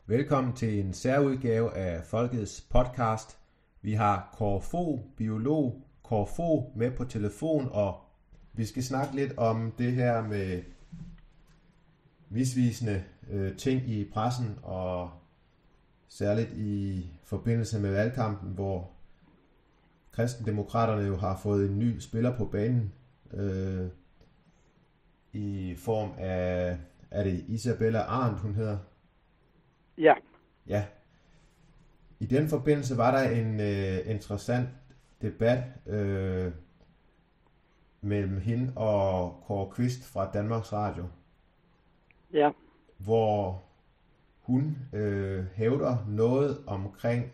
Velkommen til en særudgave af Folkets podcast. Vi har Kåre Fogh, biolog Kåre Fogh, med på telefon, og vi skal snakke lidt om det her med misvisende ting i pressen, og særligt i forbindelse med valgkampen, hvor Kristendemokraterne jo har fået en ny spiller på banen i form af, er det Isabella Arendt, hun hedder? Ja. Ja. I den forbindelse var der en interessant debat mellem hende og Kåre Quist fra Danmarks Radio. Ja. Hvor hun hævder noget omkring,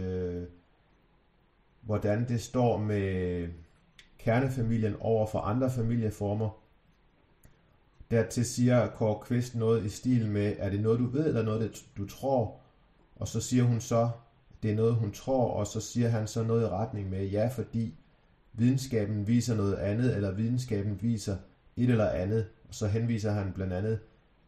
hvordan det står med kernefamilien over for andre familieformer. Dertil siger Kåre Quist noget i stil med, er det noget du ved, eller noget du tror? Og så siger hun så, det er noget hun tror, og så siger han så noget i retning med, ja, fordi videnskaben viser noget andet, eller videnskaben viser et eller andet. Og så henviser han blandt andet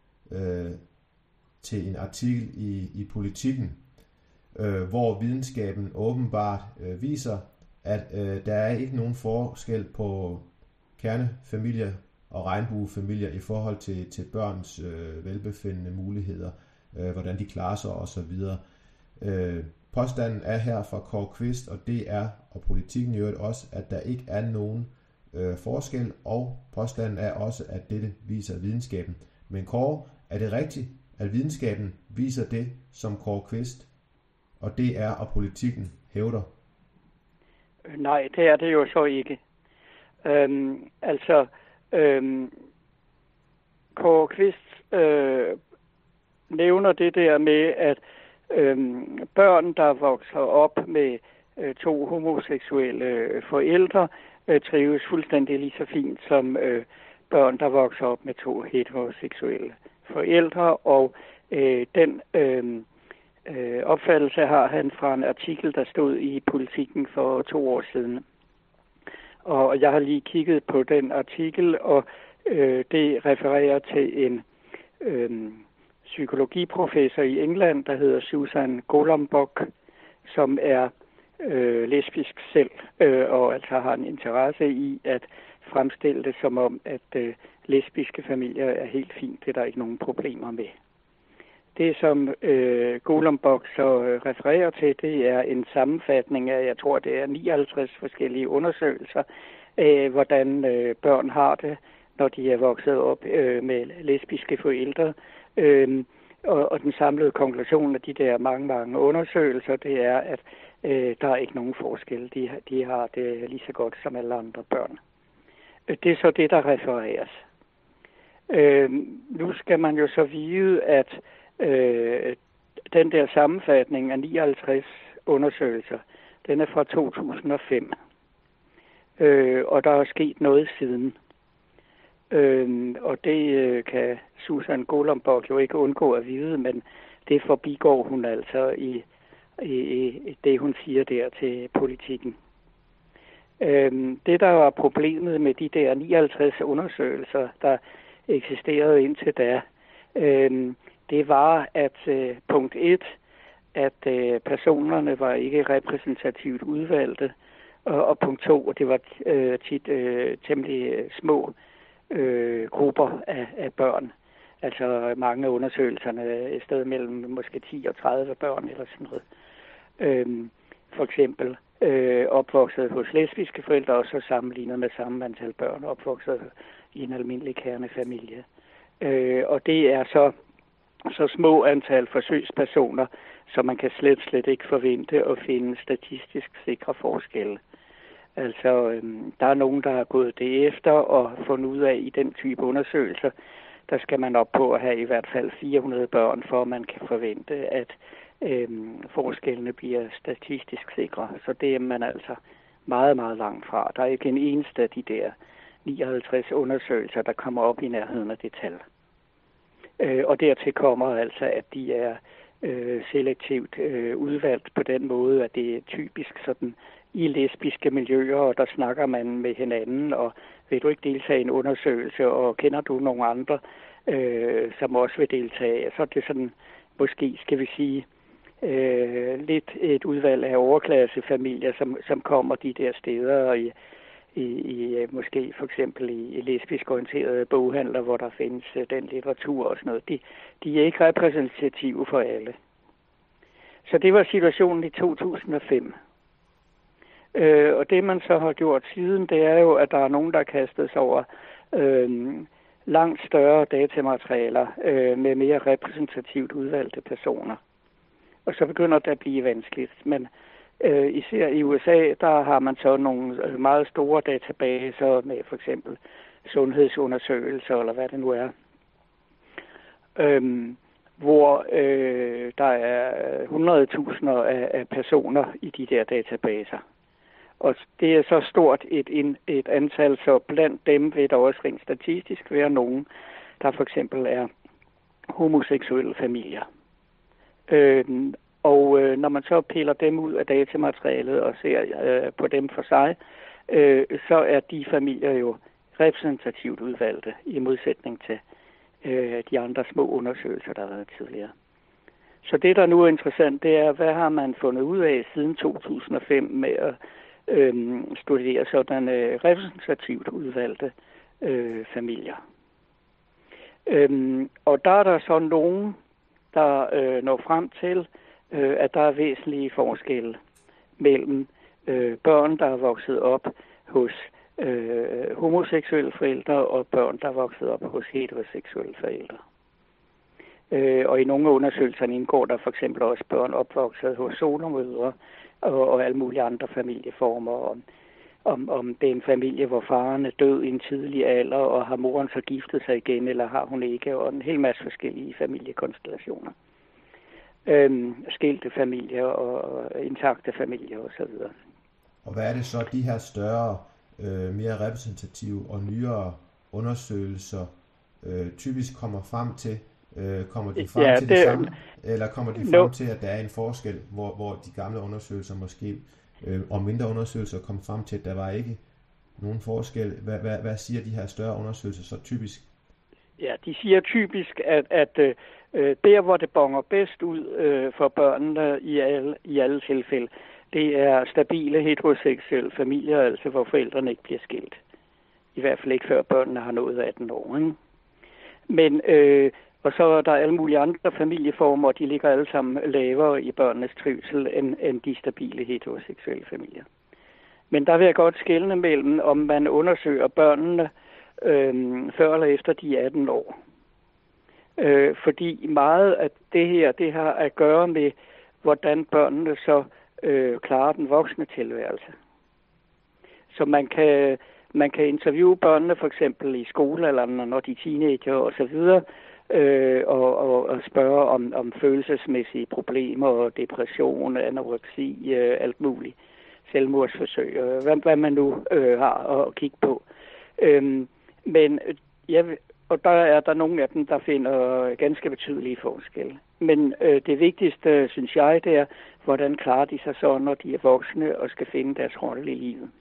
til en artikel i Politikken, hvor videnskaben åbenbart viser, at der er ikke nogen forskel på kernefamilier og regnbuefamilier i forhold til børns velbefindende muligheder, hvordan de klarer sig osv. Påstanden er her fra Kåre Quist og DR og Politikken i øvrigt også, at der ikke er nogen forskel, og påstanden er også, at dette viser videnskaben. Men Kåre, er det rigtigt, at videnskaben viser det, som Kåre Quist og DR og Politikken hævder? Nej, det er det jo så ikke. Kåre Quist nævner det der med, at børn, der vokser op med to homoseksuelle forældre, trives fuldstændig lige så fint som børn, der vokser op med to heteroseksuelle forældre, og den opfattelse har han fra en artikel, der stod i Politikken for 2 år siden. Og jeg har lige kigget på den artikel, og det refererer til en psykologiprofessor i England, der hedder Susan Golambock, som er lesbisk selv, og altså har en interesse i at fremstille det som om, at lesbiske familier er helt fint, det er der ikke nogen problemer med. Det, som Golambock så refererer til, det er en sammenfatning af, jeg tror, det er 59 forskellige undersøgelser af, hvordan børn har det, når de er vokset op med lesbiske forældre. Og den samlede konklusion af de der mange undersøgelser, det er, at der er ikke nogen forskel. De har det lige så godt som alle andre børn. Det er så det, der refereres. Nu skal man jo så vide, at den der sammenfatning af 59 undersøgelser, den er fra 2005. Og der er sket noget siden. Og det kan Susan Golambock jo ikke undgå at vide, men det forbigår hun altså i det, hun siger der til Politikken. Det, der var problemet med de der 59 undersøgelser, der eksisterede indtil da, det var, at punkt 1, at personerne var ikke repræsentativt udvalgte, og punkt 2, det var tit temmelig små grupper af børn. Altså mange af undersøgelserne et sted mellem måske 10 og 30 børn eller sådan noget. For eksempel opvokset hos lesbiske forældre, og så sammenlignet med samme antal børn opvokset i en almindelig kernefamilie. Og det er så små antal forsøgspersoner, så man kan slet ikke forvente at finde statistisk sikre forskelle. Altså, der er nogen, der har gået det efter og fundet ud af, i den type undersøgelser, der skal man op på at have i hvert fald 400 børn, for at man kan forvente, at forskellene bliver statistisk sikre. Så det er man altså meget langt fra. Der er ikke en eneste af de der 59 undersøgelser, der kommer op i nærheden af det tal. Og dertil kommer altså, at de er selektivt udvalgt på den måde, at det er typisk sådan i lesbiske miljøer, og der snakker man med hinanden, og vil du ikke deltage i en undersøgelse, og kender du nogle andre, som også vil deltage, så er det sådan måske skal vi sige, lidt et udvalg af overklassefamilier, som kommer de der steder i måske for eksempel i lesbisk orienterede boghandler, hvor der findes den litteratur og sådan noget. De er ikke repræsentative for alle. Så det var situationen i 2005. Og det man så har gjort siden, det er jo, at der er nogen, der kastet sig over langt større datamaterialer med mere repræsentativt udvalgte personer. Og så begynder det at blive vanskeligt. Men især i USA, der har man så nogle meget store databaser med for eksempel sundhedsundersøgelser, eller hvad det nu er, hvor der er 100.000 af personer i de der databaser. Og det er så stort et antal, så blandt dem vil der også rent statistisk være nogen, der for eksempel er homoseksuelle familier. Og når man så piller dem ud af datamaterialet og ser på dem for sig, så er de familier jo repræsentativt udvalgte i modsætning til de andre små undersøgelser, der har været tidligere. Så det, der nu er interessant, det er, hvad har man fundet ud af siden 2005 med at studere sådan repræsentativt udvalgte familier. Og der er der så nogen, der når frem til, at der er væsentlige forskelle mellem børn, der er vokset op hos homoseksuelle forældre og børn, der er vokset op hos heteroseksuelle forældre. Og i nogle af undersøgelserne indgår der for eksempel også børn opvokset hos solomødre og alle mulige andre familieformer. Om det er en familie, hvor faren er død i en tidlig alder, og har moren så giftet sig igen, eller har hun ikke, og en hel masse forskellige familiekonstellationer. Skilte familier og intakte familier osv. Og hvad er det så, de her større, mere repræsentative og nyere undersøgelser typisk kommer frem til? Kommer de frem til det samme, eller kommer de frem til, at der er en forskel, hvor de gamle undersøgelser måske, og mindre undersøgelser, kom frem til, at der var ikke nogen forskel? Hvad siger de her større undersøgelser så typisk? Ja, de siger typisk, at der, hvor det bonger bedst ud for børnene i alle tilfælde, det er stabile heteroseksuelle familier, altså hvor forældrene ikke bliver skilt. I hvert fald ikke før børnene har nået 18 år. Ikke? Men og så er der alle mulige andre familieformer, og de ligger alle sammen lavere i børnenes trivsel end de stabile heteroseksuelle familier. Men der vil jeg godt skelne mellem, om man undersøger børnene før eller efter de 18 år. Fordi meget af det her, det har at gøre med, hvordan børnene så klarer den voksne tilværelse. Så man kan interviewe børnene for eksempel i skole, eller når de er teenager og så videre, og spørge om følelsesmæssige problemer, og depression, anoreksi, alt muligt, selvmordsforsøg, hvad man nu har at kigge på. Men og der er der nogle af dem, der finder ganske betydelige forskelle. Men det vigtigste, synes jeg, det er, hvordan klarer de sig så, når de er voksne og skal finde deres rolle i livet.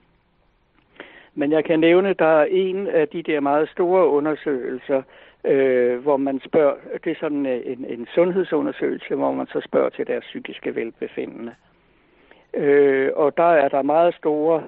Men jeg kan nævne, at der er en af de der meget store undersøgelser, hvor man spørger, det er sådan en sundhedsundersøgelse, hvor man så spørger til deres psykiske velbefindende. Og der er der meget store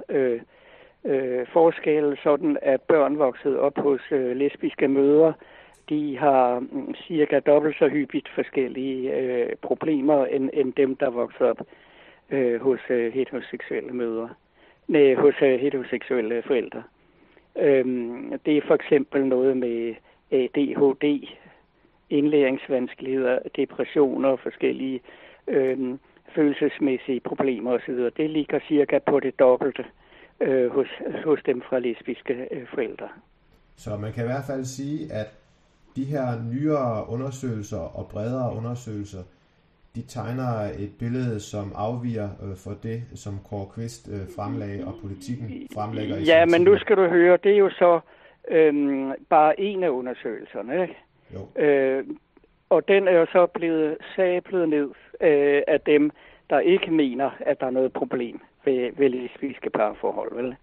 forskelle, sådan at børn vokset op hos lesbiske mødre, de har cirka dobbelt så hyppigt forskellige problemer end dem, der vokser op hos heteroseksuelle mødre. Nej, hos heteroseksuelle forældre. Det er for eksempel noget med ADHD, indlæringsvanskeligheder, depressioner, forskellige følelsesmæssige problemer osv. Det ligger cirka på det dobbelte hos dem fra lesbiske forældre. Så man kan i hvert fald sige, at de her nyere undersøgelser og bredere undersøgelser, de tegner et billede, som afviger for det, som Kåre Quist fremlagde, og Politikken fremlægger i ja, men nu skal du høre, det er jo så bare en af undersøgelserne, ikke? Jo. Og den er jo så blevet sablet ned af dem, der ikke mener, at der er noget problem ved lesbiske parforhold, vel?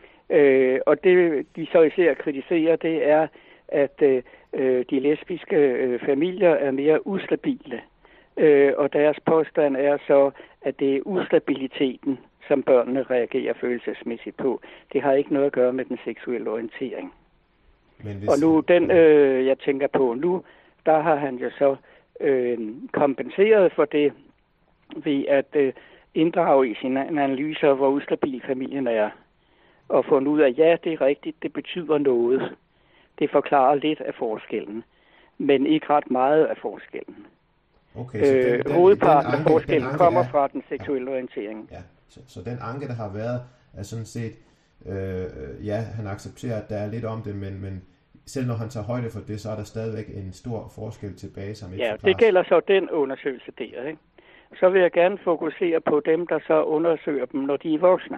Og det, de så især kritiserer, det er, at de lesbiske familier er mere ustabile Og deres påstand er så, at det er ustabiliteten, som børnene reagerer følelsesmæssigt på. Det har ikke noget at gøre med den seksuelle orientering. Og nu, jeg tænker på nu, der har han jo så kompenseret for det ved at inddrage i sine analyser, hvor ustabil familien er. Og fundet ud af, ja, det er rigtigt, det betyder noget. Det forklarer lidt af forskellen, men ikke ret meget af forskellen. Okay, hovedparten af forskellen kommer fra den seksuelle orientering. Ja, så den anke, der har været, er sådan set, han accepterer, at der er lidt om det, men selv når han tager højde for det, så er der stadigvæk en stor forskel tilbage, som ikke forklares. Det gælder så den undersøgelse der, ikke? Så vil jeg gerne fokusere på dem, der så undersøger dem, når de er voksne.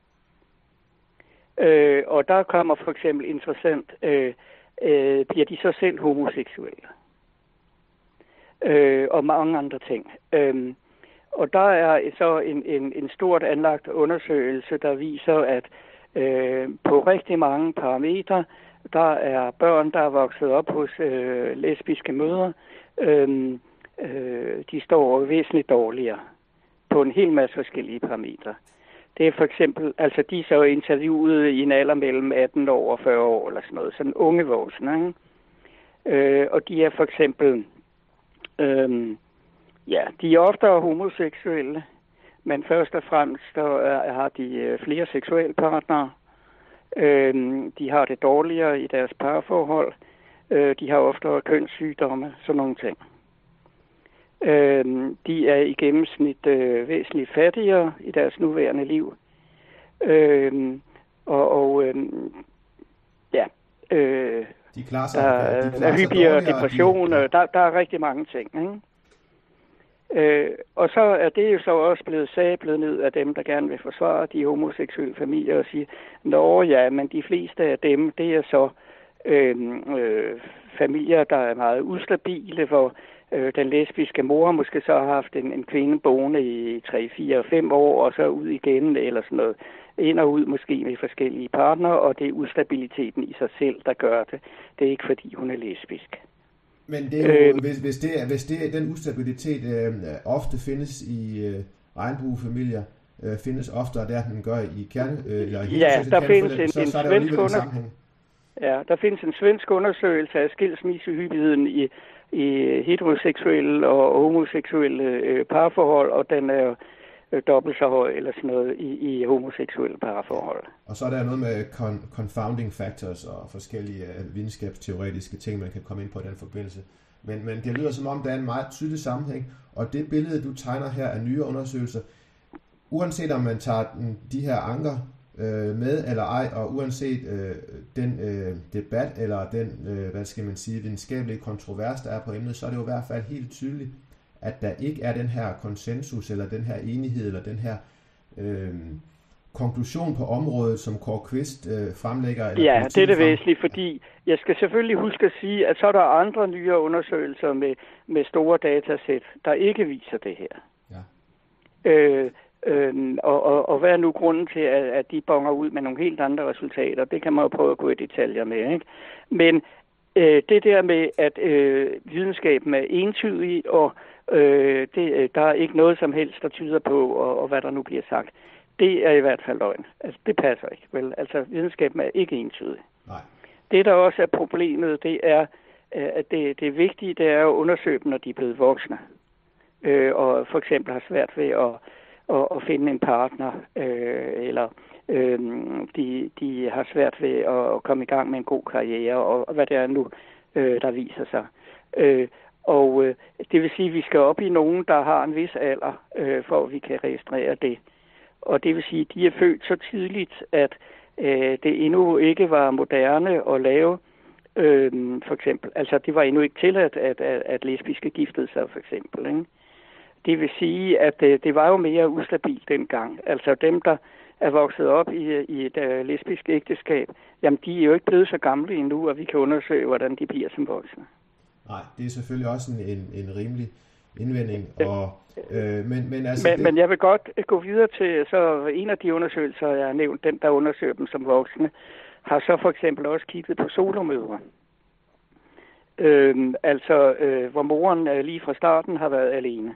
Og der kommer for eksempel interessant, bliver de så selv homoseksuelle? Og mange andre ting. Og der er så en stort anlagt undersøgelse, der viser, at på rigtig mange parametre, der er børn, der er vokset op hos lesbiske mødre, de står væsentligt dårligere på en hel masse forskellige parametre. Det er for eksempel, altså de er så interviewet i en alder mellem 18 år og 40 år eller sådan noget, sådan unge voksne, ikke? Og de er for eksempel, de er oftere homoseksuelle, men først og fremmest har de flere seksualpartnere. De har det dårligere i deres parforhold. De har oftere kønssygdomme, sådan nogle ting. De er i gennemsnit væsentligt fattigere i deres nuværende liv. De klarer sig, der er hyppigere depression. Der er rigtig mange ting, ikke? Og så er det jo så også blevet sablet ned af dem, der gerne vil forsvare de homoseksuelle familier og sige, men de fleste af dem, det er så familier, der er meget ustabile, hvor den lesbiske mor måske så har haft en kvinde boende i 3, 4, 5 år, og så ud igen, eller sådan noget. Ind og ud måske med forskellige partnere, og det er ustabiliteten i sig selv, der gør det. Det er ikke fordi, hun er lesbisk. Men det er jo, hvis den ustabilitet ofte findes i regnbuefamilier, findes oftere der, den gør i der findes en svensk undersøgelse. Ja, der findes en svensk undersøgelse af skilsmissehyppigheden i heteroseksuelle og homoseksuelle parforhold, og den er dobbelt så høj eller sådan noget i homoseksuelle parforhold. Og så er der noget med confounding factors og forskellige videnskabsteoretiske ting, man kan komme ind på i den forbindelse. Men det lyder som om, der er en meget tydelig sammenhæng, og det billede, du tegner her af nye undersøgelser, uanset om man tager de her anker med eller ej, og uanset den debat eller den, videnskabelige kontrovers, der er på emnet, så er det jo i hvert fald helt tydeligt, at der ikke er den her konsensus, eller den her enighed, eller den her konklusion på området, som Kåre Quist fremlægger. Eller det er det væsentligt, fordi jeg skal selvfølgelig huske at sige, at så er der andre nyere undersøgelser med store datasæt, der ikke viser det her. Ja. Og hvad er nu grunden til, at de bonger ud med nogle helt andre resultater? Det kan man jo prøve at gå i detaljer med, ikke? Men det der med, at videnskaben er entydig, og der er ikke noget som helst, der tyder på, og hvad der nu bliver sagt, det er i hvert fald løgn. Altså, det passer ikke, vel? Altså, videnskaben er ikke entydig. Nej. Det, der også er problemet, det er, at det vigtige, det er at undersøge dem, når de er blevet voksne. Og for eksempel har svært ved at finde en partner, eller de har svært ved at komme i gang med en god karriere, og hvad det er nu, der viser sig. Det vil sige, at vi skal op i nogen, der har en vis alder, for at vi kan registrere det. Og det vil sige, at de er født så tidligt, at det endnu ikke var moderne at lave, for eksempel. Altså, det var endnu ikke tilladt, at lesbiske giftede sig, for eksempel, ikke? Det vil sige, at det var jo mere ustabilt dengang. Altså dem, der er vokset op i et lesbisk ægteskab, jamen de er jo ikke blevet så gamle endnu, at vi kan undersøge, hvordan de bliver som voksne. Nej, det er selvfølgelig også en rimelig indvending. Men jeg vil godt gå videre til, så en af de undersøgelser, jeg har nævnt, den der undersøger dem som voksne, har så for eksempel også kigget på solomødre. Hvor moren lige fra starten har været alene.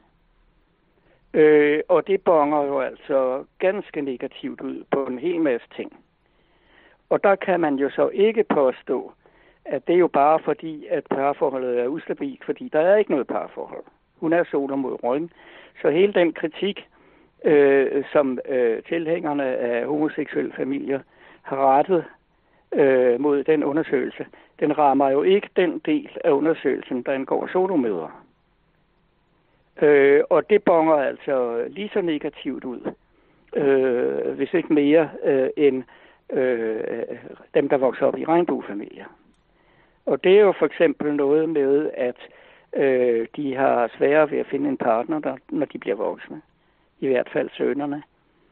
Og det bonger jo altså ganske negativt ud på en hel masse ting. Og der kan man jo så ikke påstå, at det er jo bare fordi, at parforholdet er ustabilt, fordi der er ikke noget parforhold. Hun er sol mod ryggen. Så hele den kritik, som tilhængerne af homoseksuelle familier har rettet mod den undersøgelse, den rammer jo ikke den del af undersøgelsen, der angår solomødre. Og det bonger altså lige så negativt ud, hvis ikke mere end dem, der vokser op i regnbuefamilier. Og det er jo for eksempel noget med, at de har sværere ved at finde en partner, når de bliver voksne. I hvert fald sønnerne.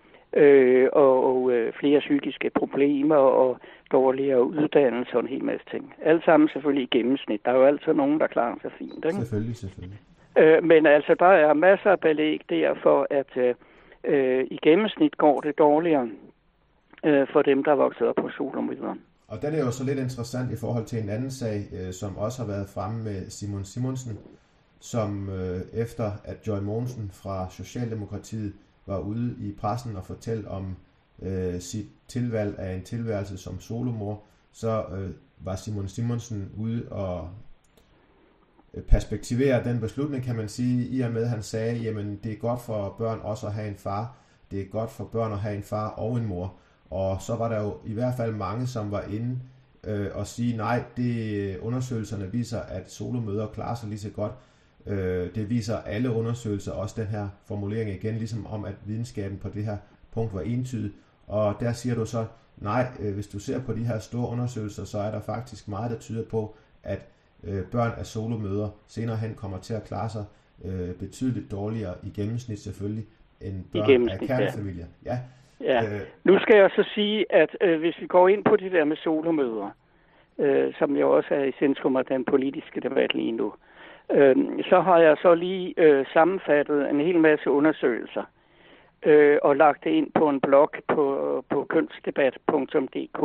Og flere psykiske problemer og dårligere uddannelse og en hel masse ting. Alt sammen selvfølgelig i gennemsnit. Der er jo altid nogen, der klarer sig fint. Ikke? Selvfølgelig. Men altså, der er masser af belæg derfor, at i gennemsnit går det dårligere for dem, der er vokset op på solomøderen. Og den er jo så lidt interessant i forhold til en anden sag, som også har været fremme med Simon Simonsen, som efter at Joy Mogensen fra Socialdemokratiet var ude i pressen og fortælle om sit tilvalg af en tilværelse som solomor, så var Simon Simonsen ude og perspektivere den beslutning, kan man sige, i og med at han sagde, jamen det er godt for børn også at have en far, det er godt for børn at have en far og en mor. Og så var der jo i hvert fald mange, som var inde og sige, nej, undersøgelserne viser, at solomødre klarer sig lige så godt. Det viser alle undersøgelser, også den her formulering igen, ligesom om, at videnskaben på det her punkt var entydig. Og der siger du så, nej, hvis du ser på de her store undersøgelser, så er der faktisk meget, der tyder på, at børn af solomødre senere hen kommer til at klare sig betydeligt dårligere i gennemsnit selvfølgelig, end børn af kernefamilier. Ja. Ja. Nu skal jeg så sige, at hvis vi går ind på det der med solomødre, som jo også er i centrum af den politiske debat lige nu, så har jeg så lige sammenfattet en hel masse undersøgelser og lagt det ind på en blog på kønsdebat.dk.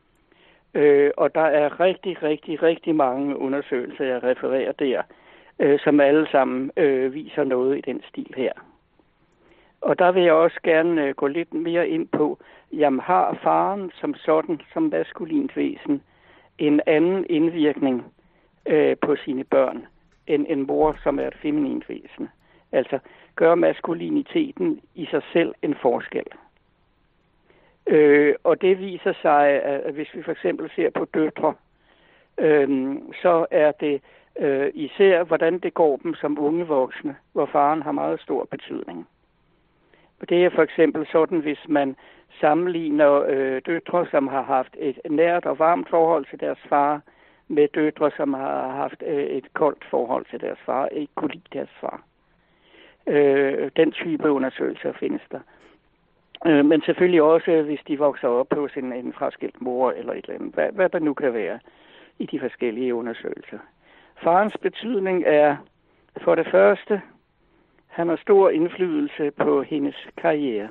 Og der er rigtig mange undersøgelser, jeg refererer der, som alle sammen viser noget i den stil her. Og der vil jeg også gerne gå lidt mere ind på, jamen har faren som sådan, som maskulint væsen, en anden indvirkning på sine børn, end en mor, som er et feminint væsen. Altså gør maskuliniteten i sig selv en forskel. Og det viser sig, at hvis vi for eksempel ser på døtre, så er det især, hvordan det går dem som unge voksne, hvor faren har meget stor betydning. Det er for eksempel sådan, hvis man sammenligner døtre, som har haft et nært og varmt forhold til deres far, med døtre, som har haft et koldt forhold til deres far, ikke kunne lide deres far. Den type undersøgelser findes der. Men selvfølgelig også, hvis de vokser op hos en fraskilt mor eller et eller andet, hvad der nu kan være i de forskellige undersøgelser. Farens betydning er for det første, han har stor indflydelse på hendes karriere.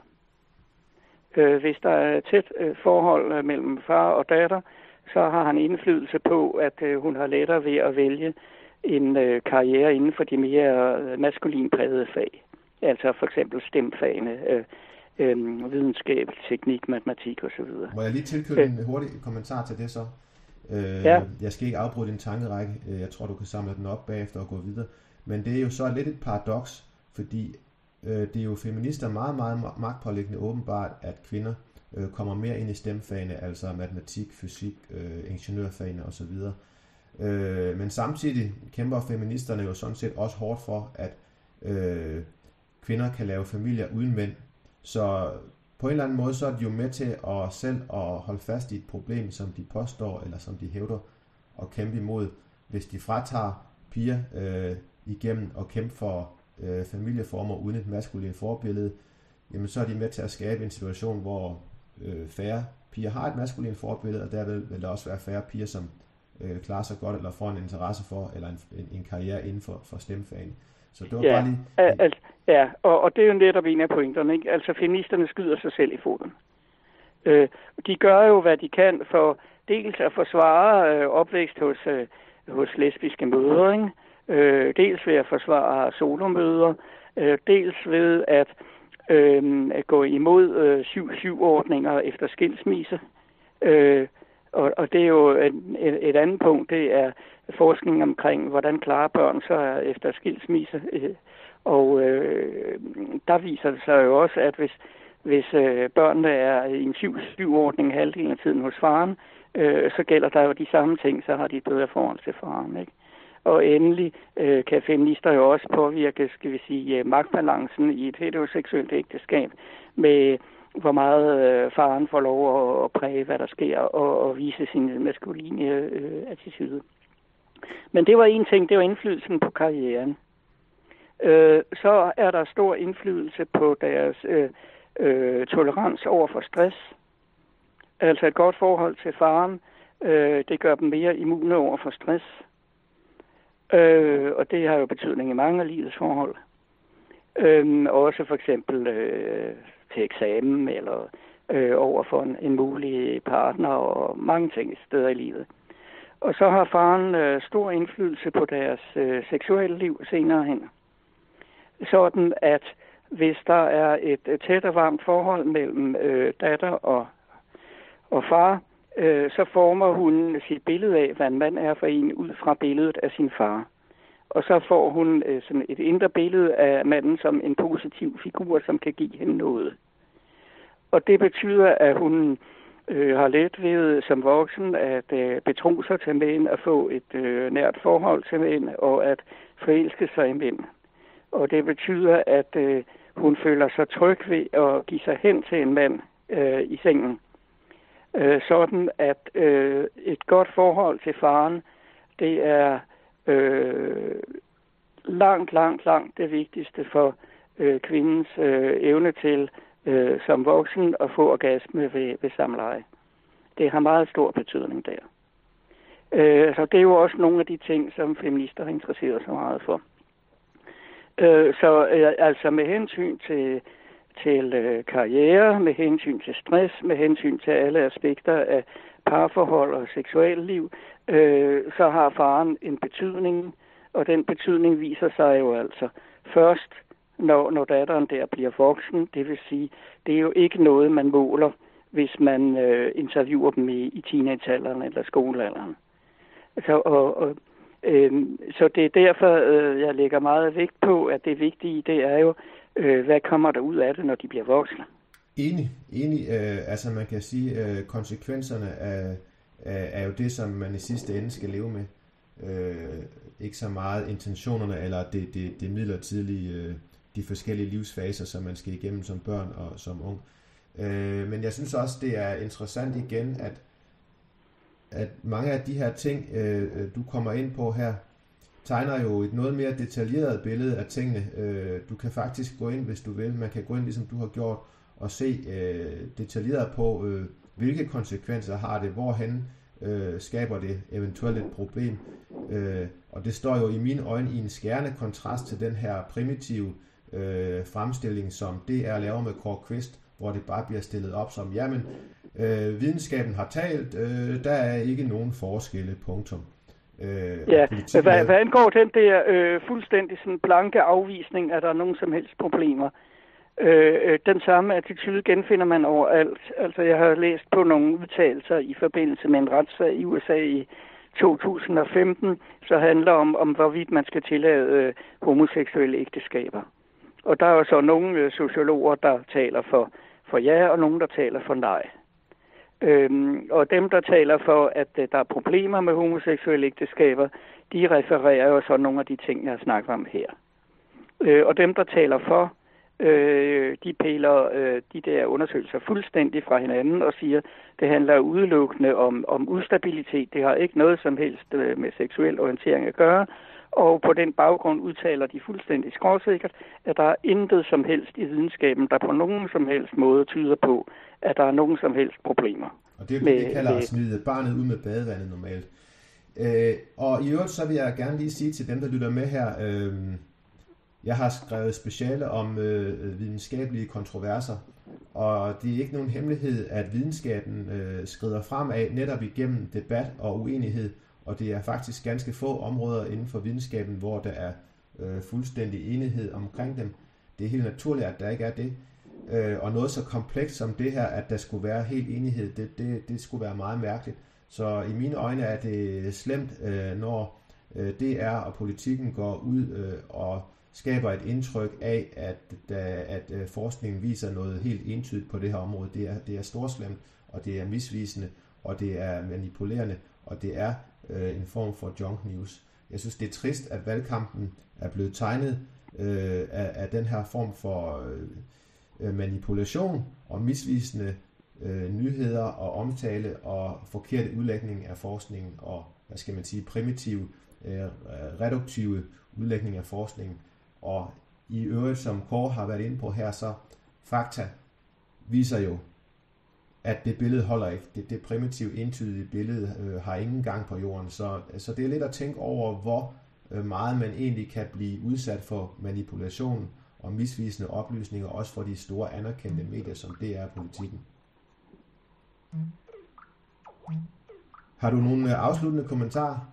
Hvis der er et tæt forhold mellem far og datter, så har han indflydelse på, at hun har lettere ved at vælge en karriere inden for de mere maskulinprægede fag. Altså for eksempel STEM-fagene, videnskab, teknik, matematik osv. Må jeg lige tilknytte en hurtig kommentar til det så? Ja. Jeg skal ikke afbryde din tankerække. Jeg tror, du kan samle den op bagefter og gå videre. Men det er jo så lidt et paradoks, fordi det er jo feminister meget magtpåliggende åbenbart, at kvinder kommer mere ind i STEM-fagene, altså matematik, fysik, ingeniørfagene osv. Men samtidig kæmper feministerne jo sådan set også hårdt for, at kvinder kan lave familier uden mænd. Så på en eller anden måde, så er de jo med til at selv at holde fast i et problem, som de påstår, eller som de hævder at kæmpe imod. Hvis de fratager piger igennem at kæmpe for familieformer uden et maskulint forbillede, jamen så er de med til at skabe en situation, hvor færre piger har et maskulint forbillede, og derved vil der også være færre piger, som klarer sig godt, eller får en interesse for, eller en karriere inden for STEM-fagen. Så det var bare lige... Ja, og det er jo netop en af pointerne, ikke? Altså feministerne skyder sig selv i foden. De gør jo, hvad de kan for dels at forsvare opvækst hos hos lesbiske mødre, ikke? Dels ved at forsvare solomødre, dels ved at gå imod 7-7-ordninger efter skilsmisse. Og det er jo et andet punkt, det er forskning omkring, hvordan klarer børn sig efter skilsmisse. Og der viser det sig jo også, at hvis børnene er i en 7-7-ordning halvdelen af tiden hos faren, så gælder der jo de samme ting, så har de et bedre forhold til faren, ikke? Og endelig kan feminister jo også påvirke, skal vi sige, magtbalancen i et heteroseksuelt ægteskab med hvor meget faren får lov at præge, hvad der sker, og vise sin maskuline attitude. Men det var en ting, det var indflydelsen på karrieren. Så er der stor indflydelse på deres tolerans over for stress. Altså et godt forhold til faren, det gør dem mere immune over for stress. Og det har jo betydning i mange af livets forhold. Også for eksempel til eksamen eller over for en mulig partner og mange ting steder i livet. Og så har faren stor indflydelse på deres seksuelle liv senere hen. Sådan at hvis der er et tæt og varmt forhold mellem datter og far, så former hun sit billede af, hvad en mand er for en, ud fra billedet af sin far. Og så får hun sådan et indre billede af manden som en positiv figur, som kan give hende noget. Og det betyder, at hun har let ved som voksen at betro sig til mænd, at få et nært forhold til mænd, og at forelske sig i mænd. Og det betyder, at hun føler sig tryg ved at give sig hen til en mand i sengen. Sådan at et godt forhold til faren, det er langt det vigtigste for kvindens evne til som voksen at få orgasme ved samleje. Det har meget stor betydning der. Så det er jo også nogle af de ting, som feminister har interesseret sig meget for. Så altså med hensyn til karriere, med hensyn til stress, med hensyn til alle aspekter af parforhold og seksualliv, så har faren en betydning, og den betydning viser sig jo altså først, når datteren der bliver voksen. Det vil sige, det er jo ikke noget, man måler, hvis man interviewer dem i teenagealderen eller skolealderen. Så det er derfor, jeg lægger meget vægt på, at det vigtige, det er jo, hvad kommer der ud af det, når de bliver voksne. Enig. Altså man kan sige, konsekvenserne er jo det, som man i sidste ende skal leve med. Ikke så meget intentionerne, eller det midlertidige, de forskellige livsfaser, som man skal igennem som børn og som ung. Men jeg synes også, det er interessant igen, at mange af de her ting, du kommer ind på her, tegner jo et noget mere detaljeret billede af tingene. Du kan faktisk gå ind, hvis du vil. Man kan gå ind, ligesom du har gjort, og se detaljeret på, hvilke konsekvenser har det, hvorhen skaber det eventuelt et problem. Og det står jo i mine øjne i en skærende kontrast til den her primitive fremstilling, som DR laver med Kåre Quist, hvor det bare bliver stillet op som, jamen, videnskaben har talt, der er ikke nogen forskelle, punktum. Hvad angår den der fuldstændig sådan blanke afvisning, at der er nogen som helst problemer, den samme attitude genfinder man overalt. Altså jeg har læst på nogle udtalelser i forbindelse med en retssag i USA i 2015, så handler om hvorvidt man skal tillade homoseksuelle ægteskaber. Og der er jo så nogle sociologer, der taler for ja, og nogle, der taler for nej. Og dem, der taler for, at der er problemer med homoseksuelle ægteskaber, de refererer jo så nogle af de ting, jeg har snakket om her. Og dem, der taler for, de piller de der undersøgelser fuldstændig fra hinanden og siger, det handler udelukkende om ustabilitet. Det har ikke noget som helst med seksuel orientering at gøre. Og på den baggrund udtaler de fuldstændig skråsikkert, at der er intet som helst i videnskaben, der på nogen som helst måde tyder på, at der er nogen som helst problemer. Og det er det, vi kalder at smide barnet ud med badevandet normalt. Og i øvrigt så vil jeg gerne lige sige til dem, der lytter med her, jeg har skrevet speciale om videnskabelige kontroverser, og det er ikke nogen hemmelighed, at videnskaben skrider fremad netop igennem debat og uenighed, og det er faktisk ganske få områder inden for videnskaben, hvor der er fuldstændig enighed omkring dem. Det er helt naturligt, at der ikke er det. Og noget så komplekst som det her, at der skulle være helt enighed, det skulle være meget mærkeligt. Så i mine øjne er det slemt, når DR og politikken går ud og skaber et indtryk af, at forskningen viser noget helt entydigt på det her område. Det er storslemt, og det er misvisende, og det er manipulerende, og det er en form for junk news. Jeg synes, det er trist, at valgkampen er blevet tegnet af den her form for manipulation og misvisende nyheder og omtale og forkert udlægning af forskningen og, hvad skal man sige, primitive, reduktive udlægning af forskningen. Og i øvrigt, som Kåre har været inde på her, så fakta viser jo, at det billede holder ikke. Det primitive, entydige billede har ingen gang på jorden. Så det er lidt at tænke over, hvor meget man egentlig kan blive udsat for manipulation og misvisende oplysninger, også for de store anerkendte medier, som det er Politikken. Har du nogle afsluttende kommentarer?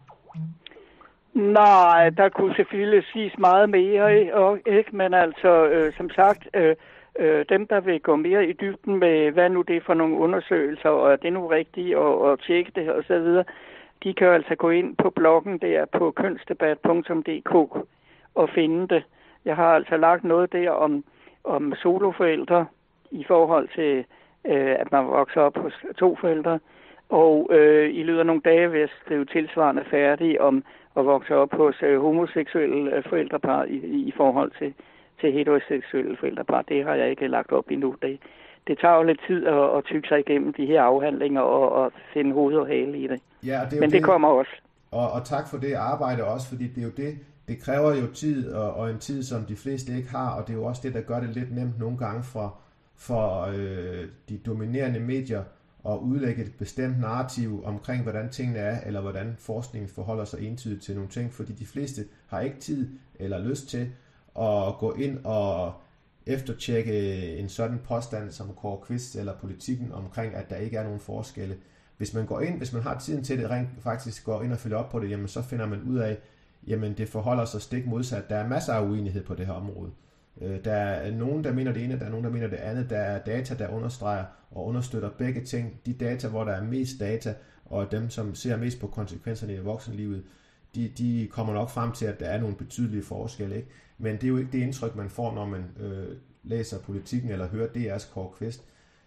Nej, der kunne selvfølgelig siges meget mere, ikke? Men altså, som sagt, dem, der vil gå mere i dybden med, hvad nu det er for nogle undersøgelser, og er det nu rigtigt, og tjekke det, og så videre, de kan altså gå ind på bloggen der på kønsdebat.dk og finde det. Jeg har altså lagt noget der om soloforældre i forhold til, at man vokser op hos to forældre, og i løbet af nogle dage vil jeg skrive tilsvarende færdig om at vokse op hos homoseksuelle forældrepar i forhold til heteroseksuelle forældrepar. Det har jeg ikke lagt op endnu. Det tager jo lidt tid at tykke sig igennem de her afhandlinger og finde hoved og hale i det. Ja, men det kommer også. Og tak for det arbejde også, fordi det er jo det kræver jo tid, og en tid, som de fleste ikke har, og det er jo også det, der gør det lidt nemt nogle gange for de dominerende medier at udlægge et bestemt narrativ omkring, hvordan tingene er, eller hvordan forskningen forholder sig entydigt til nogle ting, fordi de fleste har ikke tid eller lyst til at gå ind og eftertjekke en sådan påstand som Kåre Quist eller Politikken omkring, at der ikke er nogen forskelle. Hvis man har tiden til det, rent faktisk går ind og følger op på det, jamen så finder man ud af, jamen det forholder sig stik modsat. Der er masser af uenighed på det her område. Der er nogen, der mener det ene, der er nogen, der mener det andet. Der er data, der understreger og understøtter begge ting. De data, hvor der er mest data, og dem, som ser mest på konsekvenserne i voksenlivet, de kommer nok frem til, at der er nogle betydelige forskelle. Ikke? Men det er jo ikke det indtryk, man får, når man læser Politikken eller hører DR's Kåre Quist.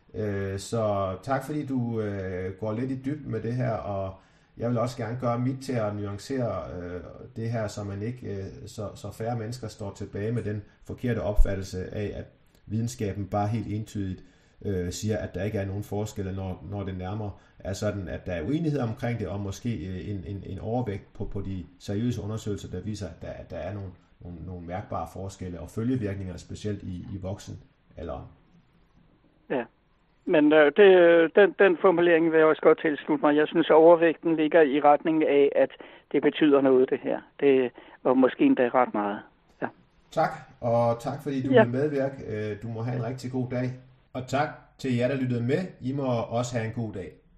Så tak fordi du går lidt i dybden med det her, og jeg vil også gerne gøre mit til at nuancere det her, så man ikke så færre mennesker står tilbage med den forkerte opfattelse af, at videnskaben bare helt entydigt siger, at der ikke er nogen forskelle, når det nærmere er sådan, at der er uenighed omkring det, og måske en overvægt på de seriøse undersøgelser, der viser, at der er nogle mærkbare forskelle og følgevirkninger, specielt i voksenalderen. Ja. Men den formulering vil jeg også godt tilslutte mig. Jeg synes, at overvægten ligger i retning af, at det betyder noget, det her. Det var måske endda ret meget. Ja. Tak, og tak fordi du vil medvirke. Du må have en rigtig god dag. Og tak til jer, der lyttede med. I må også have en god dag.